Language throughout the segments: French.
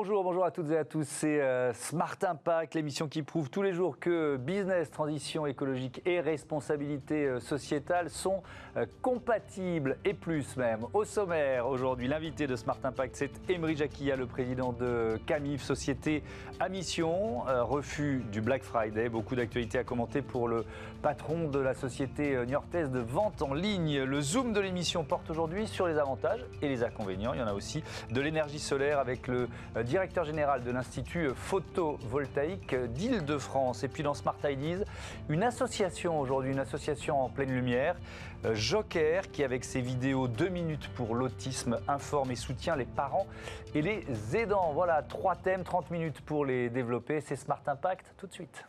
Bonjour à toutes et à tous, c'est Smart Impact, l'émission qui prouve tous les jours que business, transition écologique et responsabilité sociétale sont compatibles, et plus même. Au sommaire, aujourd'hui, l'invité de Smart Impact, c'est Emery Jacquia, le président de Camif, société à mission, refus du Black Friday, beaucoup d'actualités à commenter pour le patron de la société niortaise de vente en ligne. Le zoom de l'émission porte aujourd'hui sur les avantages et les inconvénients. Il y en a aussi de l'énergie solaire avec le directeur général de l'Institut photovoltaïque d'Île-de-France. Et puis dans Smart Ideas, une association aujourd'hui, une association en pleine lumière, Joker, qui avec ses vidéos 2 minutes pour l'autisme informe et soutient les parents et les aidants. Voilà, 3 thèmes, 30 minutes pour les développer. C'est Smart Impact, tout de suite.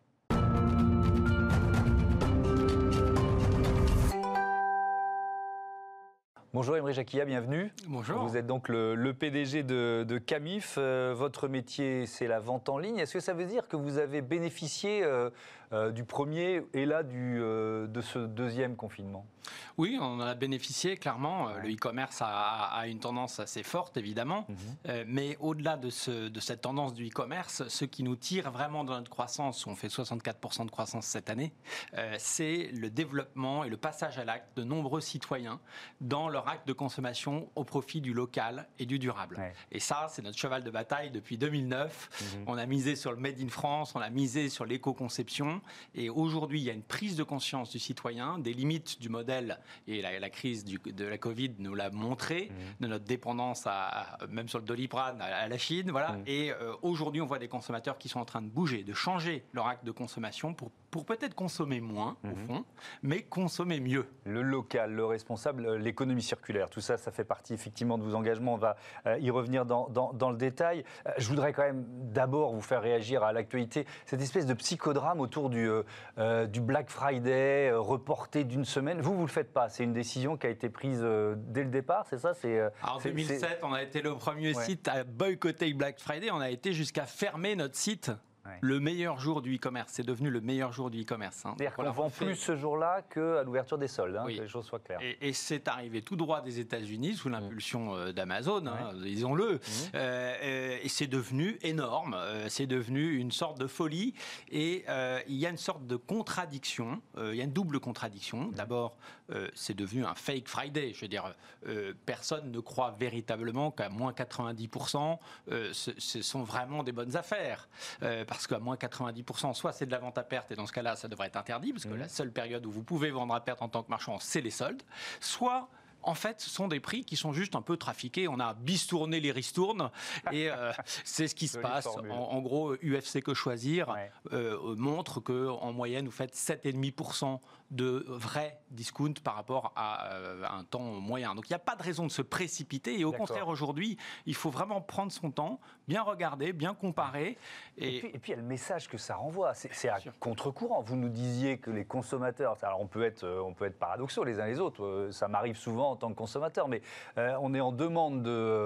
Bonjour Emery Jacquia, bienvenue. Bonjour. Vous êtes donc le PDG de Camif. Votre métier, c'est la vente en ligne. Est-ce que ça veut dire que vous avez bénéficié du premier et là de ce deuxième confinement ? Oui, on en a bénéficié, clairement. Ouais. Le e-commerce a une tendance assez forte, évidemment. Mais au-delà de cette tendance du e-commerce, ce qui nous tire vraiment dans notre croissance, on fait 64% de croissance cette année, c'est le développement et le passage à l'acte de nombreux citoyens dans leur acte de consommation au profit du local et du durable. Ouais. Et ça, c'est notre cheval de bataille depuis 2009. On a misé sur le Made in France, on a misé sur l'éco-conception. Et aujourd'hui, il y a une prise de conscience du citoyen, des limites du modèle, et la crise de la Covid nous l'a montré, de notre dépendance, même sur le Doliprane, à la Chine. Voilà. Et aujourd'hui, on voit des consommateurs qui sont en train de bouger, de changer leur acte de consommation pour peut-être consommer moins, au fond, mais consommer mieux. Le local, le responsable, l'économie circulaire, tout ça, ça fait partie effectivement de vos engagements. On va y revenir dans le détail. Je voudrais quand même d'abord vous faire réagir à l'actualité, cette espèce de psychodrame autour du Black Friday, reporté d'une semaine. Vous le faites pas, c'est une décision qui a été prise dès le départ, c'est ça ? En 2007, on a été le premier site à boycotter Black Friday, on a été jusqu'à fermer notre site. Le meilleur jour du e-commerce, c'est devenu le meilleur jour du e-commerce. C'est-à-dire qu'on vend plus ce jour-là qu'à l'ouverture des soldes, que les choses soient claires. Et c'est arrivé tout droit des États-Unis sous l'impulsion d'Amazon, disons-le. Et c'est devenu énorme, c'est devenu une sorte de folie. Et il y a une sorte de contradiction, il y a une double contradiction. D'abord, c'est devenu un fake Friday. Je veux dire, personne ne croit véritablement qu'à moins 90%, ce sont vraiment des bonnes affaires. Parce qu'à moins 90%, soit c'est de la vente à perte, et dans ce cas-là, ça devrait être interdit, parce que la seule période où vous pouvez vendre à perte en tant que marchand, c'est les soldes. Soit, en fait, ce sont des prix qui sont juste un peu trafiqués. On a bistourné les ristournes, et c'est ce qui se passe. En gros, UFC Que Choisir montre qu'en moyenne, vous faites 7,5% de vrais discount par rapport à un temps moyen. Donc il n'y a pas de raison de se précipiter, et au contraire, aujourd'hui, il faut vraiment prendre son temps, bien regarder, bien comparer. Et puis il y a le message que ça renvoie, c'est à contre-courant. Vous nous disiez que les consommateurs, alors on peut être paradoxaux les uns les autres, ça m'arrive souvent en tant que consommateur, mais on est en demande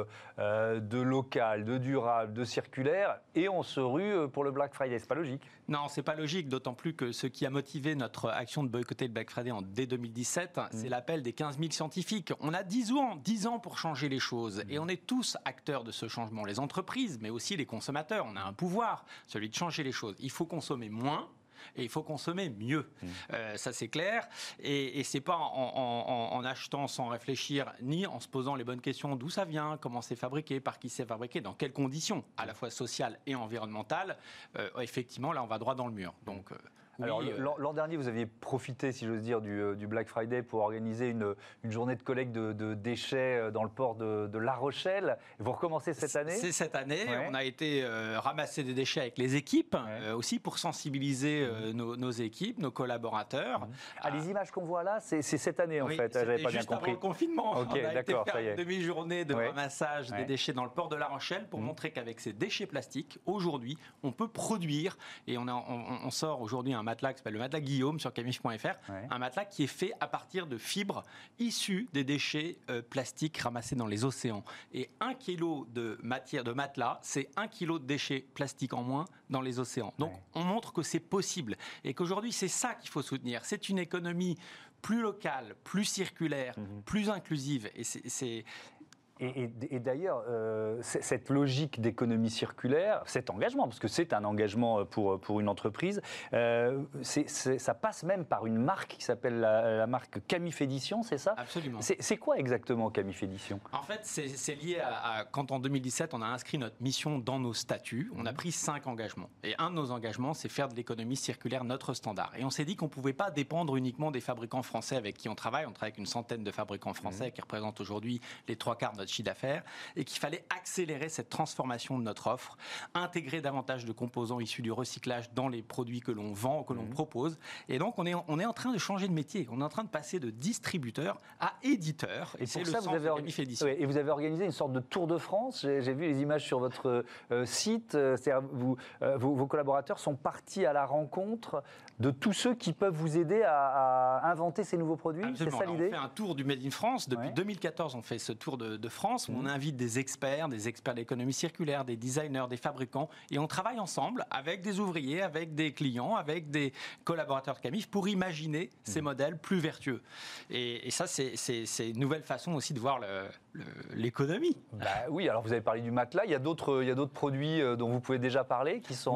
de local, de durable, de circulaire, et on se rue pour le Black Friday. C'est pas logique. Non, c'est pas logique, d'autant plus que ce qui a motivé notre action de boycotter le Black Friday dès 2017, c'est l'appel des 15 000 scientifiques. On a 10 ans pour changer les choses, et on est tous acteurs de ce changement, les entreprises, mais aussi les consommateurs. On a un pouvoir, celui de changer les choses. Il faut consommer moins, et il faut consommer mieux. Ça, c'est clair. Et c'est pas en achetant sans réfléchir, ni en se posant les bonnes questions d'où ça vient, comment c'est fabriqué, par qui c'est fabriqué, dans quelles conditions, à la fois sociales et environnementales. Effectivement, là, on va droit dans le mur. Donc, alors, l'an dernier, vous aviez profité, si j'ose dire, du Black Friday pour organiser une journée de collecte de déchets dans le port de La Rochelle. Vous recommencez cette année ? C'est cette année. On a été ramasser des déchets avec les équipes, aussi pour sensibiliser nos équipes, nos collaborateurs. Les images qu'on voit là, c'est cette année en fait. J'avais pas bien compris. Avant le confinement. Okay, on a été faire une demi-journée de ramassage des déchets dans le port de La Rochelle pour montrer qu'avec ces déchets plastiques, aujourd'hui, on peut produire, et on sort aujourd'hui un matelas qui s'appelle le matelas Guillaume sur camif.fr, un matelas qui est fait à partir de fibres issues des déchets plastiques ramassés dans les océans. Et 1 kilo de matelas, c'est 1 kilo de déchets plastiques en moins dans les océans. Donc on montre que c'est possible et qu'aujourd'hui c'est ça qu'il faut soutenir. C'est une économie plus locale, plus circulaire, plus inclusive. Et Et d'ailleurs, cette logique d'économie circulaire, cet engagement, parce que c'est un engagement pour une entreprise, ça passe même par une marque qui s'appelle la marque Camif Édition, c'est ça? Absolument. C'est quoi exactement Camif Édition? En fait, c'est lié à quand en 2017, on a inscrit notre mission dans nos statuts, on a pris 5 engagements. Et un de nos engagements, c'est faire de l'économie circulaire notre standard. Et on s'est dit qu'on ne pouvait pas dépendre uniquement des fabricants français avec qui on travaille. On travaille avec une centaine de fabricants français qui représentent aujourd'hui les 3/4 de notre chiffre d'affaires, et qu'il fallait accélérer cette transformation de notre offre, intégrer davantage de composants issus du recyclage dans les produits que l'on vend, que l'on propose. Et donc, on est en train de changer de métier. On est en train de passer de distributeur à éditeur. Et c'est le sens de Camif Édition. Et vous avez organisé une sorte de tour de France. J'ai vu les images sur votre site. C'est-à-dire vos collaborateurs sont partis à la rencontre de tous ceux qui peuvent vous aider à inventer ces nouveaux produits. Absolument. C'est ça l'idée? On fait un tour du Made in France. Depuis 2014, on fait ce tour de France où on invite des experts d'économie circulaire, des designers, des fabricants, et on travaille ensemble avec des ouvriers, avec des clients, avec des collaborateurs de Camif pour imaginer ces modèles plus vertueux. Et ça, c'est une nouvelle façon aussi de voir l'économie. Bah oui, alors vous avez parlé du matelas. Il y a d'autres produits dont vous pouvez déjà parler qui sont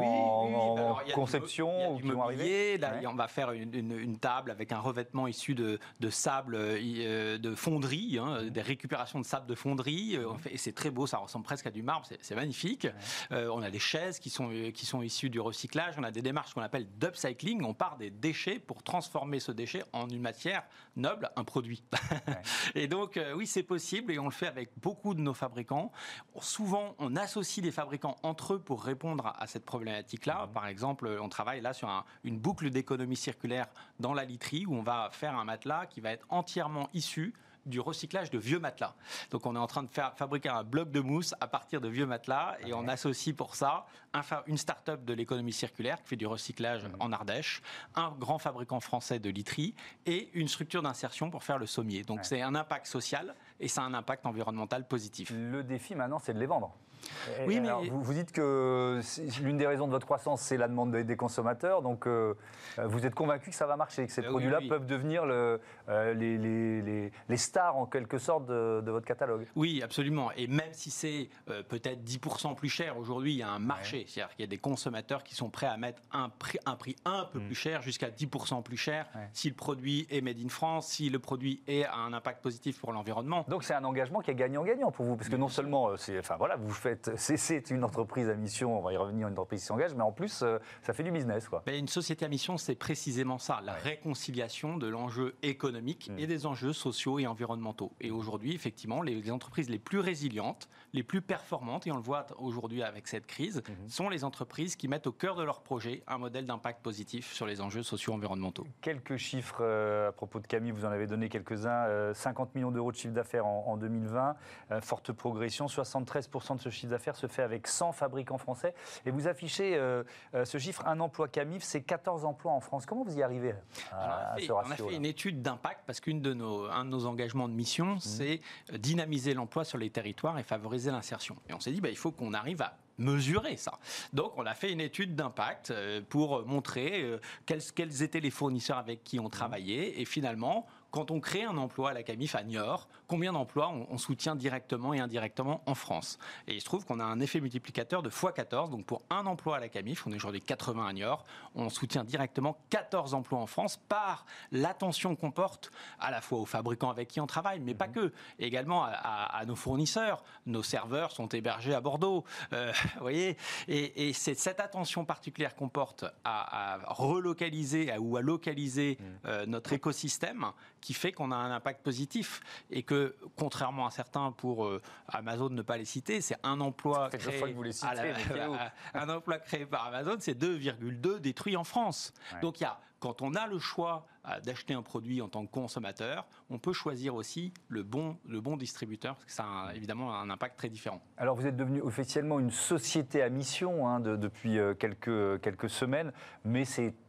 en conception ou qui vont arriver. Là, on va faire une table avec un revêtement issu de sable de fonderie, des récupérations de sable de fonderie. Et c'est très beau, ça ressemble presque à du marbre, c'est magnifique. On a des chaises qui sont issues du recyclage. On a des démarches qu'on appelle d'upcycling. On part des déchets pour transformer ce déchet en une matière noble, un produit. Et donc, oui, c'est possible et on le fait avec beaucoup de nos fabricants. Souvent, on associe les fabricants entre eux pour répondre à cette problématique-là. Par exemple, on travaille là sur une boucle d'économie circulaire dans la literie où on va faire un matelas qui va être entièrement issu du recyclage de vieux matelas. Donc on est en train de fabriquer un bloc de mousse à partir de vieux matelas et on associe pour ça une start-up de l'économie circulaire qui fait du recyclage en Ardèche, un grand fabricant français de literie et une structure d'insertion pour faire le sommier. Donc c'est un impact social et c'est un impact environnemental positif. Le défi maintenant, c'est de les vendre. Oui, alors, mais vous dites que l'une des raisons de votre croissance, c'est la demande des consommateurs. Donc, vous êtes convaincu que ça va marcher, que ces produits-là peuvent devenir les stars, en quelque sorte, de votre catalogue. Oui, absolument. Et même si c'est peut-être 10% plus cher, aujourd'hui, il y a un marché. C'est-à-dire qu'il y a des consommateurs qui sont prêts à mettre un prix un peu plus cher, jusqu'à 10% plus cher, si le produit est made in France, si le produit a un impact positif pour l'environnement. Donc, c'est un engagement qui est gagnant-gagnant pour vous. Parce que non seulement, c'est une entreprise à mission, on va y revenir, une entreprise qui s'engage, mais en plus, ça fait du business, quoi. Une société à mission, c'est précisément ça, la réconciliation de l'enjeu économique et des enjeux sociaux et environnementaux. Et aujourd'hui, effectivement, les entreprises les plus résilientes, les plus performantes, et on le voit aujourd'hui avec cette crise, sont les entreprises qui mettent au cœur de leur projet un modèle d'impact positif sur les enjeux socio-environnementaux. Quelques chiffres à propos de Camif, vous en avez donné quelques-uns. 50 millions d'euros de chiffre d'affaires en 2020, forte progression, 73% de ce chiffre d'affaires se fait avec 100 fabricants français. Et vous affichez ce chiffre, un emploi Camif, c'est 14 emplois en France. Comment vous y arrivez à ce ratio-là? On a fait une étude d'impact parce un de nos engagements de mission, c'est dynamiser l'emploi sur les territoires et favoriser l'insertion. Et on s'est dit, il faut qu'on arrive à mesurer ça. Donc, on a fait une étude d'impact pour montrer quels étaient les fournisseurs avec qui on travaillait. Et finalement, quand on crée un emploi à la Camif à Niort, combien d'emplois on soutient directement et indirectement en France? Et il se trouve qu'on a un effet multiplicateur de x14. Donc, pour un emploi à la Camif, on est aujourd'hui 80 à Niort, on soutient directement 14 emplois en France par l'attention qu'on porte à la fois aux fabricants avec qui on travaille, mais pas que, également à nos fournisseurs. Nos serveurs sont hébergés à Bordeaux. Vous voyez, et c'est cette attention particulière qu'on porte à relocaliser ou à localiser notre écosystème qui fait qu'on a un impact positif et que, contrairement à certains, pour Amazon ne pas les citer, c'est un emploi un emploi créé par Amazon, c'est 2,2 détruits en France. Donc quand on a le choix d'acheter un produit en tant que consommateur, on peut choisir aussi le bon distributeur, parce que ça a évidemment un impact très différent. Alors vous êtes devenu officiellement une société à mission depuis quelques semaines, mais c'est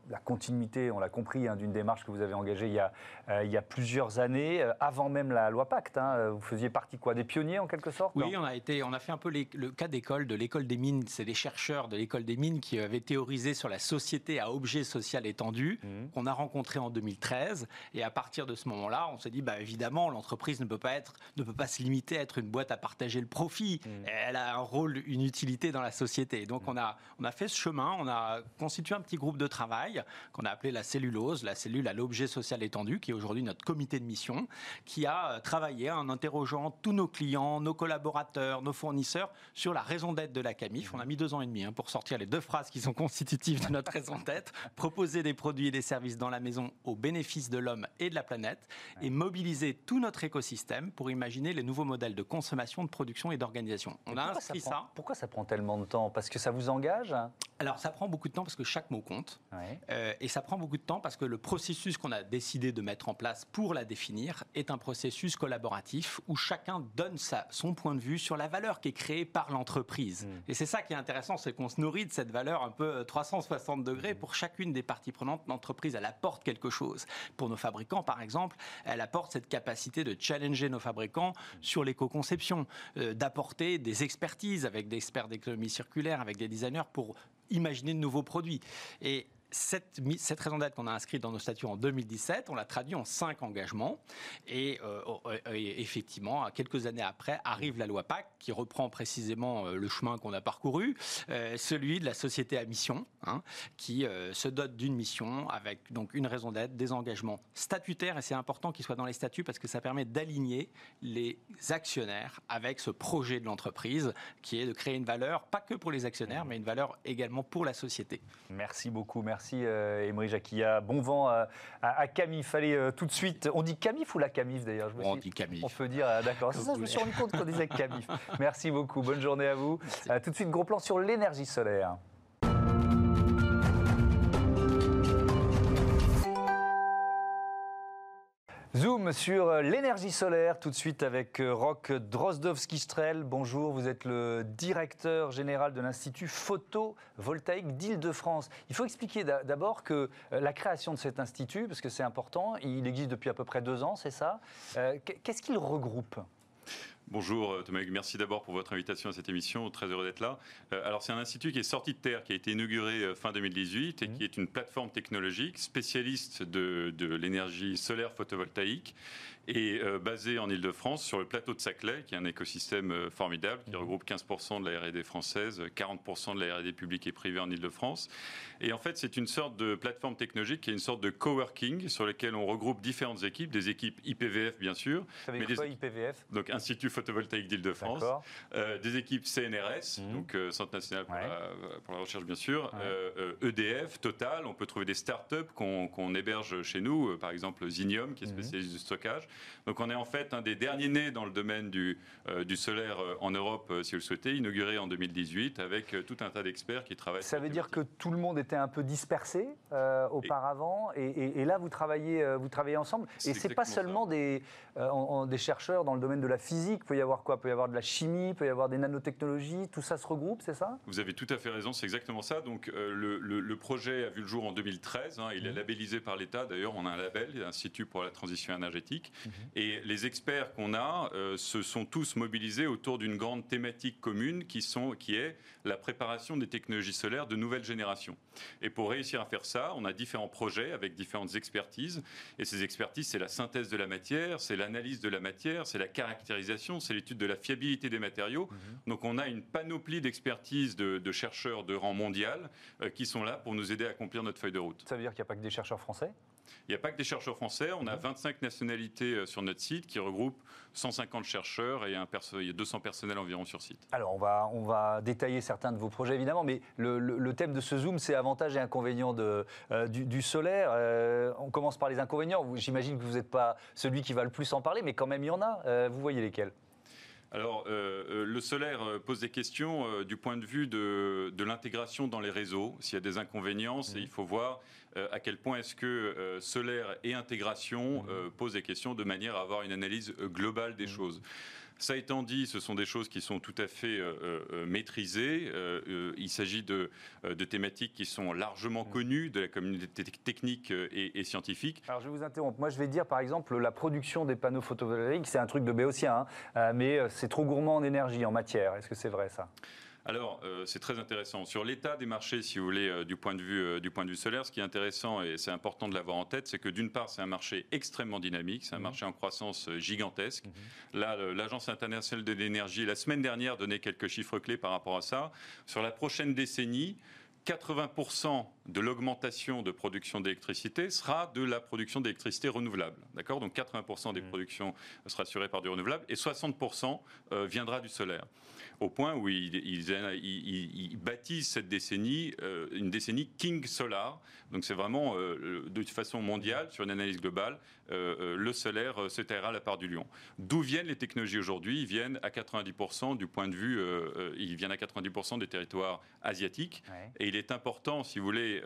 la continuité, on l'a compris, d'une démarche que vous avez engagée il y a plusieurs années, avant même la loi Pacte. Vous faisiez partie des pionniers en quelque sorte? Oui, on a fait un peu le cas d'école, de l'école des mines. C'est les chercheurs de l'école des mines qui avaient théorisé sur la société à objet social étendu, qu'on a rencontré en 2013. Et à partir de ce moment-là, on s'est dit, évidemment, l'entreprise ne peut pas se limiter à être une boîte à partager le profit. Elle a un rôle, une utilité dans la société. Donc on a fait ce chemin, on a constitué un petit groupe de travail qu'on a appelé la cellulose, la cellule à l'objet social étendu, qui est aujourd'hui notre comité de mission, qui a travaillé en interrogeant tous nos clients, nos collaborateurs, nos fournisseurs sur la raison d'être de la Camif. On a mis 2 ans et demi pour sortir les 2 phrases qui sont constitutives de notre raison d'être, proposer des produits et des services dans la maison au bénéfice de l'homme et de la planète, et mobiliser tout notre écosystème pour imaginer les nouveaux modèles de consommation, de production et d'organisation. On a inscrit ça. Pourquoi ça prend tellement de temps? Parce que ça vous engage? Alors ça prend beaucoup de temps parce que chaque mot compte, et ça prend beaucoup de temps parce que le processus qu'on a décidé de mettre en place pour la définir est un processus collaboratif où chacun donne son point de vue sur la valeur qui est créée par l'entreprise. Et c'est ça qui est intéressant, c'est qu'on se nourrit de cette valeur un peu 360 degrés pour chacune des parties prenantes. L'entreprise, elle apporte quelque chose. Pour nos fabricants, par exemple, elle apporte cette capacité de challenger nos fabricants sur l'éco-conception, d'apporter des expertises avec des experts d'économie circulaire, avec des designers pour imaginer de nouveaux produits. Et cette raison d'être qu'on a inscrite dans nos statuts en 2017, on l'a traduit en 5 engagements. Et effectivement, quelques années après, arrive la loi Pacte qui reprend précisément le chemin qu'on a parcouru, celui de la société à mission, qui se dote d'une mission avec donc une raison d'être, des engagements statutaires. Et c'est important qu'ils soient dans les statuts parce que ça permet d'aligner les actionnaires avec ce projet de l'entreprise qui est de créer une valeur, pas que pour les actionnaires, mais une valeur également pour la société. Merci beaucoup. Merci Aymeric Jacquillat. Bon vent à Camif. Allez, tout de suite. On dit Camif ou la Camif d'ailleurs? On dit Camif. On peut dire, d'accord. Ça, je me suis rendu compte qu'on disait Camif. Merci beaucoup. Bonne journée à vous. Tout de suite, gros plan sur l'énergie solaire. Zoom sur l'énergie solaire, tout de suite avec Rok Drozdowski-Strel. Bonjour, vous êtes le directeur général de l'Institut photovoltaïque d'Île-de-France. Il faut expliquer d'abord que la création de cet institut, parce que c'est important, il existe depuis à peu près 2 ans, c'est ça. Qu'est-ce qu'il regroupe ? Bonjour Thomas Hugues, merci d'abord pour votre invitation à cette émission, très heureux d'être là. Alors c'est un institut qui est sorti de terre, qui a été inauguré fin 2018 et qui est une plateforme technologique spécialiste de l'énergie solaire photovoltaïque et basé en Île-de-France sur le plateau de Saclay, qui est un écosystème formidable, qui regroupe 15% de la R&D française, 40% de la R&D publique et privée en Île-de-France. Et en fait, c'est une sorte de plateforme technologique qui est une sorte de coworking sur laquelle on regroupe différentes équipes, des équipes IPVF bien sûr. Ça veut dire quoi IPVF ? Donc Institut photovoltaïque d'Île-de-France, des équipes CNRS, donc Centre national pour la recherche bien sûr, EDF, Total, on peut trouver des startups qu'on héberge chez nous, par exemple Zinium qui est spécialiste du stockage. Donc on est en fait un des derniers nés dans le domaine du solaire en Europe, si vous le souhaitez, inauguré en 2018 avec tout un tas d'experts qui travaillent. Ça veut dire que tout le monde était un peu dispersé auparavant et là vous travaillez ensemble. Et c'est pas seulement des chercheurs dans le domaine de la physique, il peut y avoir quoi ? Il peut y avoir de la chimie, il peut y avoir des nanotechnologies, tout ça se regroupe, c'est ça ? Vous avez tout à fait raison, c'est exactement ça. Donc le projet a vu le jour en 2013, il est labellisé par l'État, d'ailleurs on a un label, l'Institut pour la transition énergétique. Et les experts qu'on a se sont tous mobilisés autour d'une grande thématique commune qui est la préparation des technologies solaires de nouvelle génération. Et pour réussir à faire ça, on a différents projets avec différentes expertises. Et ces expertises, c'est la synthèse de la matière, c'est l'analyse de la matière, c'est la caractérisation, c'est l'étude de la fiabilité des matériaux. Donc on a une panoplie d'expertises de chercheurs de rang mondial qui sont là pour nous aider à accomplir notre feuille de route. Ça veut dire qu'il n'y a pas que des chercheurs français ? Il n'y a pas que des chercheurs français, on a 25 nationalités sur notre site qui regroupent 150 chercheurs et il y a 200 personnels environ sur site. Alors on va détailler certains de vos projets évidemment, mais le thème de ce Zoom, c'est avantages et inconvénients du solaire. On commence par les inconvénients. J'imagine que vous n'êtes pas celui qui va le plus en parler, mais quand même il y en a. Vous voyez lesquels ? Alors, le solaire pose des questions du point de vue de l'intégration dans les réseaux. S'il y a des inconvénients, il faut voir à quel point est-ce que solaire et intégration posent des questions de manière à avoir une analyse globale des choses. Ça étant dit, ce sont des choses qui sont tout à fait maîtrisées. Il s'agit de thématiques qui sont largement connues de la communauté technique et scientifique. Alors je vais vous interrompre. Moi je vais dire par exemple la production des panneaux photovoltaïques, c'est un truc de béotien, mais c'est trop gourmand en énergie, en matière. Est-ce que c'est vrai ça ? Alors, c'est très intéressant. Sur l'état des marchés, si vous voulez, du point de vue solaire, ce qui est intéressant et c'est important de l'avoir en tête, c'est que d'une part, c'est un marché extrêmement dynamique, c'est un marché en croissance gigantesque. Là, l'Agence internationale de l'énergie, la semaine dernière, donnait quelques chiffres clés par rapport à ça. Sur la prochaine décennie, 80% de l'augmentation de production d'électricité sera de la production d'électricité renouvelable. D'accord ? Donc 80% des productions sera assurée par du renouvelable et 60% viendra du solaire. Au point où ils baptisent cette décennie une décennie King Solar. Donc c'est vraiment, de façon mondiale, sur une analyse globale, le solaire se taillera la part du lion. D'où viennent les technologies aujourd'hui ? Ils viennent à 90% du point de vue, ils viennent à 90% des territoires asiatiques. Ouais. Et il est important, si vous voulez,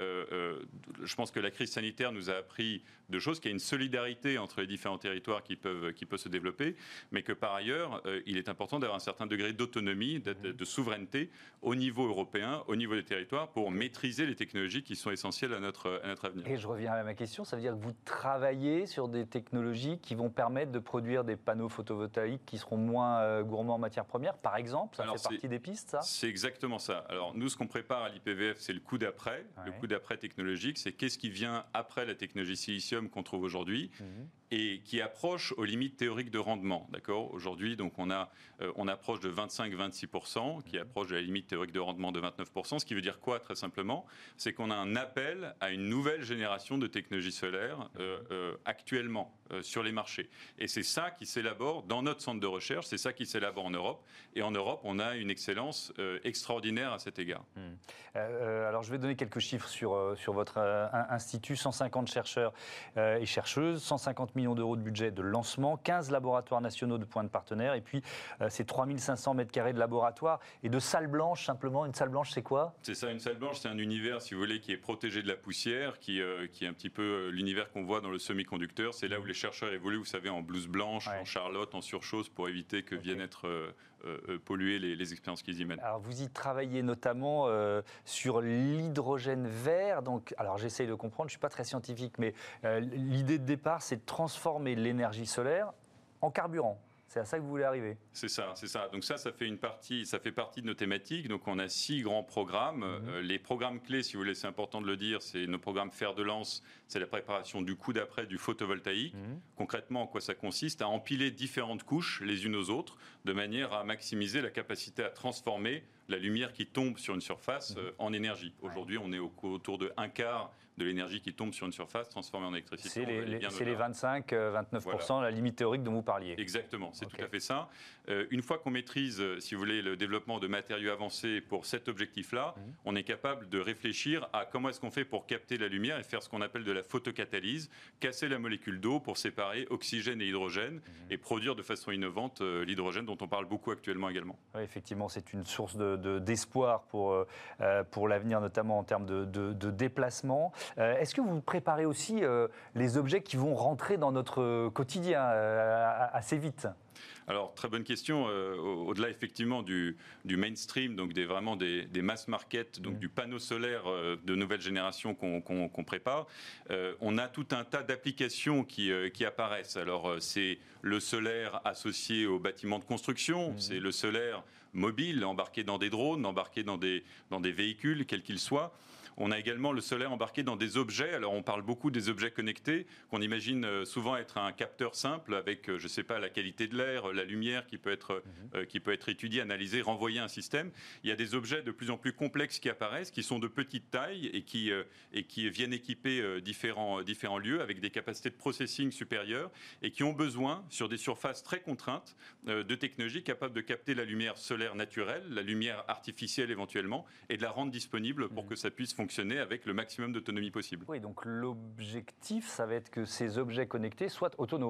je pense que la crise sanitaire nous a appris deux choses, qu'il y a une solidarité entre les différents territoires qui peuvent se développer, mais que par ailleurs, il est important d'avoir un certain degré d'autonomie, de souveraineté au niveau européen, au niveau des territoires, pour maîtriser les technologies qui sont essentielles à notre avenir. Et je reviens à ma question, ça veut dire que vous travaillez sur des technologies qui vont permettre de produire des panneaux photovoltaïques qui seront moins gourmands en matières premières, par exemple, ça fait partie des pistes, ça ? C'est exactement ça. Alors nous, ce qu'on prépare à l'IPVF, c'est le coup d'après. Ouais. Le coup d'après technologique, c'est qu'est-ce qui vient après la technologie silicium qu'on trouve aujourd'hui et qui approche aux limites théoriques de rendement. D'accord ? Aujourd'hui, donc on approche de 25-26%, qui approche de la limite théorique de rendement de 29%. Ce qui veut dire quoi, très simplement ? C'est qu'on a un appel à une nouvelle génération de technologies solaires actuellement sur les marchés. Et c'est ça qui s'élabore dans notre centre de recherche, c'est ça qui s'élabore en Europe. Et en Europe, on a une excellence extraordinaire à cet égard. Alors, je vais donner quelques chiffres sur votre institut. 150 chercheurs et chercheuses, 150 millions d'euros de budget de lancement, 15 laboratoires nationaux de points de partenaires, et puis c'est 3500 mètres carrés de laboratoire et de salles blanches, simplement. Une salle blanche, c'est quoi ? C'est ça, une salle blanche, c'est un univers, si vous voulez, qui est protégé de la poussière, qui est un petit peu l'univers qu'on voit dans le semi-conducteur. C'est là où les chercheurs évoluent, vous savez, en blouse blanche, en charlotte, en surchose, pour éviter que viennent être polluer les expériences qu'ils y mènent. Alors vous y travaillez notamment sur l'hydrogène vert. Donc, alors j'essaye de comprendre, je ne suis pas très scientifique, mais l'idée de départ, c'est de transformer l'énergie solaire en carburant. C'est à ça que vous voulez arriver. C'est ça, c'est ça. Donc ça fait partie de nos thématiques. Donc on a 6 grands programmes. Les programmes clés, si vous voulez, c'est important de le dire, c'est nos programmes fer de lance, c'est la préparation du coup d'après du photovoltaïque. Concrètement, en quoi ça consiste ? À empiler différentes couches les unes aux autres, de manière à maximiser la capacité à transformer la lumière qui tombe sur une surface en énergie. Aujourd'hui, on est autour de un quart de l'énergie qui tombe sur une surface transformée en électricité. C'est les 25-29%, voilà. La limite théorique dont vous parliez. Exactement, c'est tout à fait ça. Une fois qu'on maîtrise, si vous voulez, le développement de matériaux avancés pour cet objectif-là, on est capable de réfléchir à comment est-ce qu'on fait pour capter la lumière et faire ce qu'on appelle de la photocatalyse, casser la molécule d'eau pour séparer oxygène et hydrogène et produire de façon innovante l'hydrogène dont on parle beaucoup actuellement également. Oui, effectivement, c'est une source d'espoir pour l'avenir, notamment en termes de déplacement. Est-ce que vous préparez aussi les objets qui vont rentrer dans notre quotidien assez vite ? Alors, très bonne question. Au-delà, effectivement, du mainstream, donc des mass market, donc du panneau solaire de nouvelle génération qu'on prépare, on a tout un tas d'applications qui apparaissent. Alors, c'est le solaire associé aux bâtiments de construction, c'est le solaire mobile, embarqué dans des drones, embarqué dans des véhicules, quels qu'ils soient. On a également le solaire embarqué dans des objets. Alors, on parle beaucoup des objets connectés, qu'on imagine souvent être un capteur simple avec, je ne sais pas, la qualité de l'air, la lumière qui peut être étudiée, analysée, renvoyée à un système. Il y a des objets de plus en plus complexes qui apparaissent, qui sont de petite taille et qui viennent équiper différents lieux avec des capacités de processing supérieures et qui ont besoin, sur des surfaces très contraintes, de technologies capables de capter la lumière solaire naturelle, la lumière artificielle éventuellement, et de la rendre disponible pour que ça puisse fonctionner avec le maximum d'autonomie possible. Oui, donc l'objectif, ça va être que ces objets connectés soient autonomes.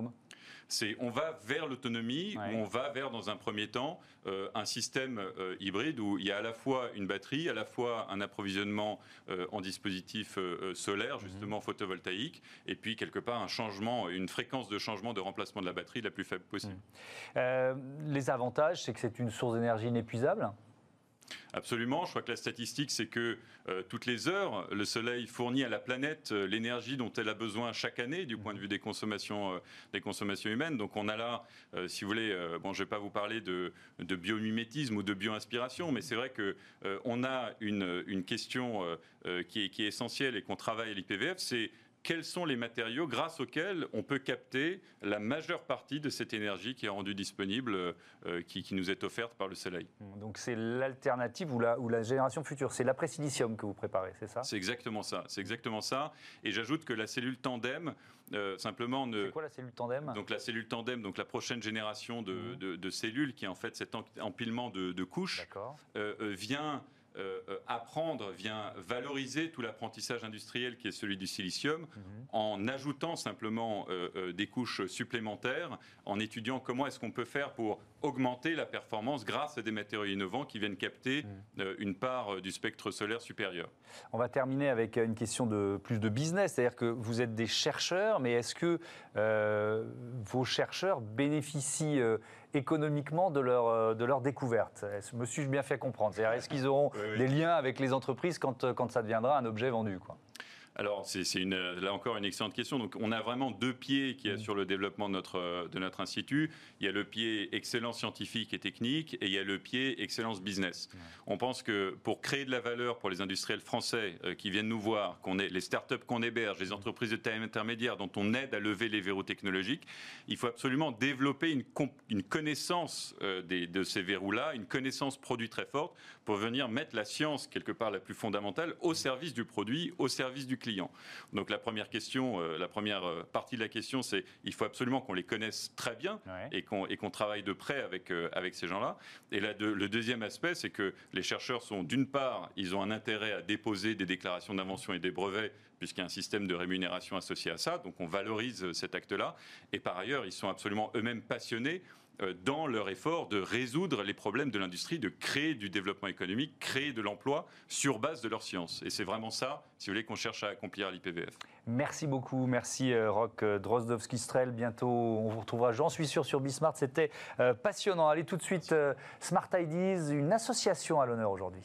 On va vers l'autonomie, ou on va vers, dans un premier temps, un système hybride où il y a à la fois une batterie, à la fois un approvisionnement en dispositif solaire, justement photovoltaïque, et puis quelque part une fréquence de changement de remplacement de la batterie la plus faible possible. Les avantages, c'est que c'est une source d'énergie inépuisable. Absolument. Je crois que la statistique, c'est que toutes les heures, le Soleil fournit à la planète l'énergie dont elle a besoin chaque année, du point de vue des consommations humaines. Donc on a là, si vous voulez, je ne vais pas vous parler de biomimétisme ou de bioinspiration, mais c'est vrai qu'on a une question qui est essentielle et qu'on travaille à l'IPVF, c'est quels sont les matériaux grâce auxquels on peut capter la majeure partie de cette énergie qui est rendue disponible, qui nous est offerte par le Soleil. Donc c'est l'alternative ou la génération future. C'est l'après-silicium que vous préparez, c'est ça ? C'est exactement ça. Et j'ajoute que la cellule tandem, simplement... C'est quoi la cellule tandem ? Donc la cellule tandem, donc la prochaine génération de cellules, qui est en fait cet empilement de couches, vient valoriser tout l'apprentissage industriel qui est celui du silicium, en ajoutant simplement des couches supplémentaires, en étudiant comment est-ce qu'on peut faire pour augmenter la performance grâce à des matériaux innovants qui viennent capter une part du spectre solaire supérieur. On va terminer avec une question plus de business, c'est-à-dire que vous êtes des chercheurs, mais est-ce que vos chercheurs bénéficient économiquement de leur découverte ? Me suis-je bien fait comprendre ? C'est-à-dire, est-ce qu'ils auront des liens avec les entreprises quand ça deviendra un objet vendu, quoi ? Alors, c'est là encore une excellente question. Donc, on a vraiment deux pieds qui assurent le développement de notre institut. Il y a le pied excellence scientifique et technique, et il y a le pied excellence business. On pense que pour créer de la valeur pour les industriels français qui viennent nous voir, les startups qu'on héberge, les entreprises de taille intermédiaire dont on aide à lever les verrous technologiques, il faut absolument développer une connaissance de ces verrous-là, une connaissance produit très forte, pour venir mettre la science, quelque part la plus fondamentale, au service du produit, au service du client. Donc la première partie de la question, c'est il faut absolument qu'on les connaisse très bien et qu'on travaille de près avec ces gens-là. Et là, le deuxième aspect, c'est que les chercheurs sont, d'une part, ils ont un intérêt à déposer des déclarations d'invention et des brevets, puisqu'il y a un système de rémunération associé à ça, donc on valorise cet acte-là. Et par ailleurs, ils sont absolument eux-mêmes passionnés dans leur effort de résoudre les problèmes de l'industrie, de créer du développement économique, créer de l'emploi sur base de leur science. Et c'est vraiment ça, si vous voulez, qu'on cherche à accomplir à l'IPVF. Merci beaucoup, merci Roch Drozdowski-Strel. Bientôt, on vous retrouvera, j'en suis sûr, sur Bismart. C'était passionnant. Allez, tout de suite, Smart Ideas, une association à l'honneur aujourd'hui.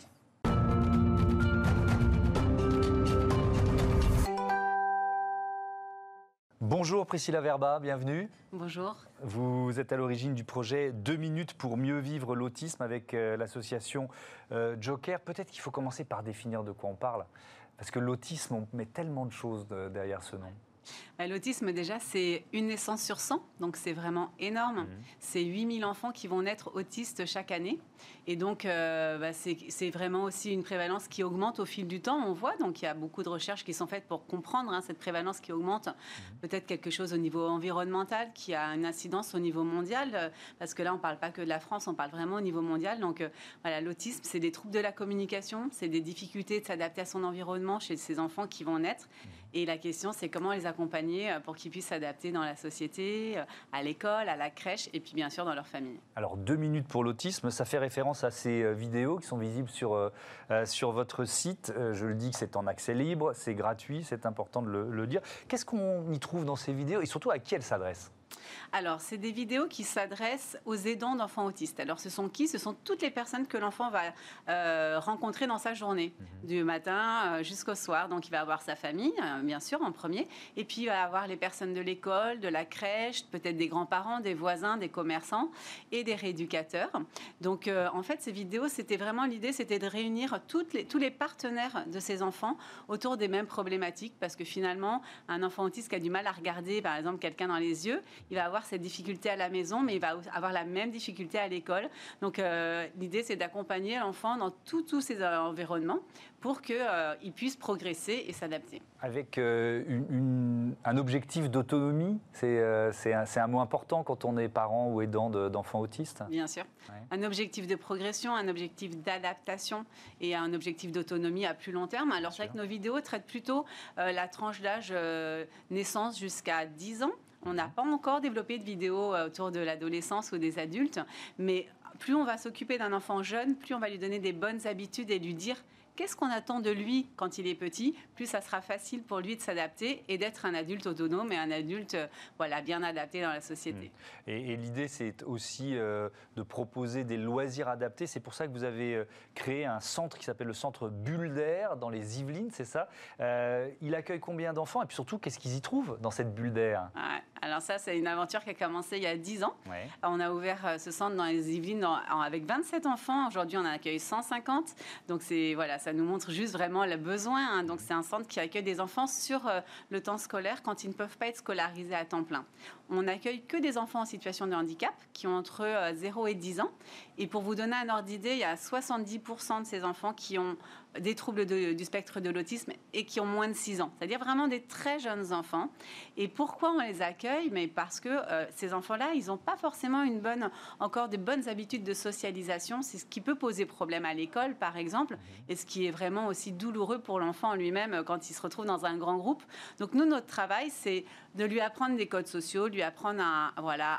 Bonjour Priscilla Verba, bienvenue. Bonjour. Vous êtes à l'origine du projet 2 minutes pour mieux vivre l'autisme avec l'association Joker. Peut-être qu'il faut commencer par définir de quoi on parle, parce que l'autisme, on met tellement de choses derrière ce nom. L'autisme, déjà, c'est une naissance sur 100, donc c'est vraiment énorme. C'est 8000 enfants qui vont naître autistes chaque année. Et donc, c'est vraiment aussi une prévalence qui augmente au fil du temps, on voit. Donc, il y a beaucoup de recherches qui sont faites pour comprendre cette prévalence qui augmente. Peut-être quelque chose au niveau environnemental, qui a une incidence au niveau mondial, parce que là, on ne parle pas que de la France, on parle vraiment au niveau mondial. Donc, l'autisme, c'est des troubles de la communication, c'est des difficultés de s'adapter à son environnement chez ces enfants qui vont naître. Et la question, c'est comment les accompagner pour qu'ils puissent s'adapter dans la société, à l'école, à la crèche et puis bien sûr dans leur famille. Alors 2 minutes pour l'autisme, ça fait référence à ces vidéos qui sont visibles sur votre site. Je le dis que c'est en accès libre, c'est gratuit, c'est important de le dire. Qu'est-ce qu'on y trouve dans ces vidéos et surtout à qui elles s'adressent ? Alors, c'est des vidéos qui s'adressent aux aidants d'enfants autistes. Alors, ce sont qui ? Ce sont toutes les personnes que l'enfant va rencontrer dans sa journée, du matin jusqu'au soir. Donc, il va avoir sa famille, bien sûr, en premier. Et puis, il va avoir les personnes de l'école, de la crèche, peut-être des grands-parents, des voisins, des commerçants et des rééducateurs. Donc, en fait, ces vidéos, c'était vraiment l'idée, c'était de réunir tous les partenaires de ces enfants autour des mêmes problématiques. Parce que finalement, un enfant autiste qui a du mal à regarder, par exemple, quelqu'un dans les yeux, il va avoir cette difficulté à la maison, mais il va avoir la même difficulté à l'école. Donc, l'idée, c'est d'accompagner l'enfant dans tous ces environnements pour qu'il puisse progresser et s'adapter. Avec un objectif d'autonomie, c'est un mot important quand on est parent ou aidant d'enfants autistes. Bien sûr. Ouais. Un objectif de progression, un objectif d'adaptation et un objectif d'autonomie à plus long terme. Alors, c'est vrai que nos vidéos traitent plutôt la tranche d'âge naissance jusqu'à 10 ans. On n'a pas encore développé de vidéos autour de l'adolescence ou des adultes, mais plus on va s'occuper d'un enfant jeune, plus on va lui donner des bonnes habitudes et lui dire qu'est-ce qu'on attend de lui quand il est petit, plus ça sera facile pour lui de s'adapter et d'être un adulte autonome et un adulte bien adapté dans la société. Et l'idée, c'est aussi de proposer des loisirs adaptés. C'est pour ça que vous avez créé un centre qui s'appelle le centre Bulle d'air dans les Yvelines, c'est ça? Il accueille combien d'enfants? Et puis surtout, qu'est-ce qu'ils y trouvent dans cette bulle d'air? Ouais. Alors ça, c'est une aventure qui a commencé il y a 10 ans. Ouais. On a ouvert ce centre dans les Yvelines avec 27 enfants. Aujourd'hui, on en accueille 150. Donc ça nous montre juste vraiment le besoin. Hein. Donc c'est un centre qui accueille des enfants sur le temps scolaire quand ils ne peuvent pas être scolarisés à temps plein. On n'accueille que des enfants en situation de handicap qui ont entre 0 et 10 ans. Et pour vous donner un ordre d'idée, il y a 70% de ces enfants qui ont des troubles du spectre de l'autisme et qui ont moins de 6 ans. C'est-à-dire vraiment des très jeunes enfants. Et pourquoi on les accueille? Mais parce que ces enfants-là, ils n'ont pas forcément encore de bonnes habitudes de socialisation. C'est ce qui peut poser problème à l'école, par exemple, et ce qui est vraiment aussi douloureux pour l'enfant lui-même quand il se retrouve dans un grand groupe. Donc nous, notre travail, c'est de lui apprendre des codes sociaux, lui apprendre à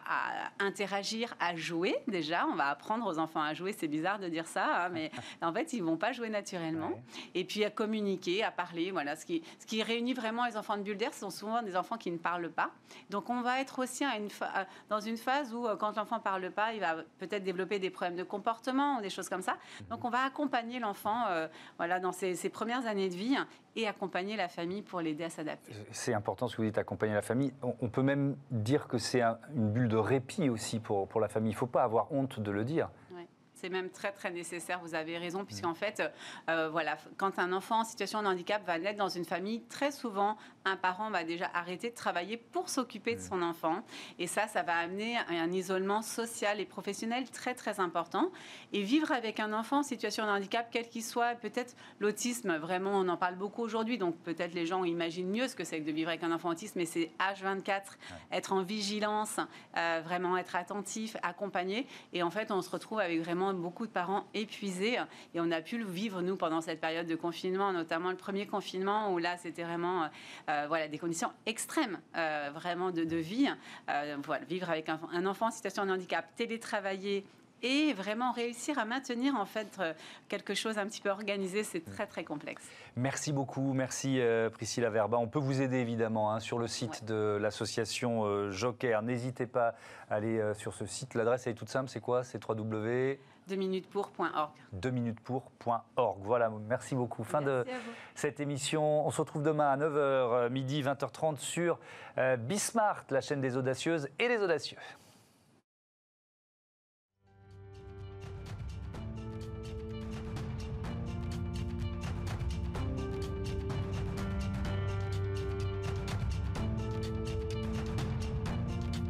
interagir, à jouer déjà. On va apprendre aux enfants à jouer, c'est bizarre de dire ça, hein, mais en fait, ils ne vont pas jouer naturellement. Ouais. Et puis à communiquer, à parler. Voilà, ce qui réunit vraiment les enfants de bulle d'air, ce sont souvent des enfants qui ne parlent pas. Donc on va être aussi dans une phase où quand l'enfant ne parle pas, il va peut-être développer des problèmes de comportement ou des choses comme ça. Donc on va accompagner l'enfant dans ses premières années de vie et accompagner la famille pour l'aider à s'adapter. C'est important ce que vous dites, accompagner la famille. On peut même dire que c'est une bulle de répit aussi pour la famille. Il ne faut pas avoir honte de le dire. C'est même très, très nécessaire, vous avez raison, puisqu'en fait, quand un enfant en situation de handicap va naître dans une famille, très souvent, un parent va déjà arrêter de travailler pour s'occuper de son enfant. Et ça va amener un isolement social et professionnel très, très important. Et vivre avec un enfant en situation de handicap, quel qu'il soit, peut-être l'autisme, vraiment, on en parle beaucoup aujourd'hui, donc peut-être les gens imaginent mieux ce que c'est que de vivre avec un enfant autiste, mais c'est H24, être en vigilance, vraiment être attentif, accompagné. Et en fait, on se retrouve avec vraiment beaucoup de parents épuisés et on a pu le vivre nous pendant cette période de confinement, notamment le premier confinement où là c'était vraiment des conditions extrêmes vraiment de vie. Vivre avec un enfant en situation de handicap, télétravailler et vraiment réussir à maintenir en fait quelque chose un petit peu organisé, c'est très très complexe. Merci beaucoup, merci Priscilla Verba. On peut vous aider évidemment sur le site de l'association Joker. N'hésitez pas à aller sur ce site. L'adresse elle est toute simple, c'est quoi? C'est www.2minutespour.org. 2minutespour.org. Voilà, merci beaucoup. Fin de cette émission. On se retrouve demain à 9h, midi, 20h30 sur Bismart, la chaîne des audacieuses et des audacieux.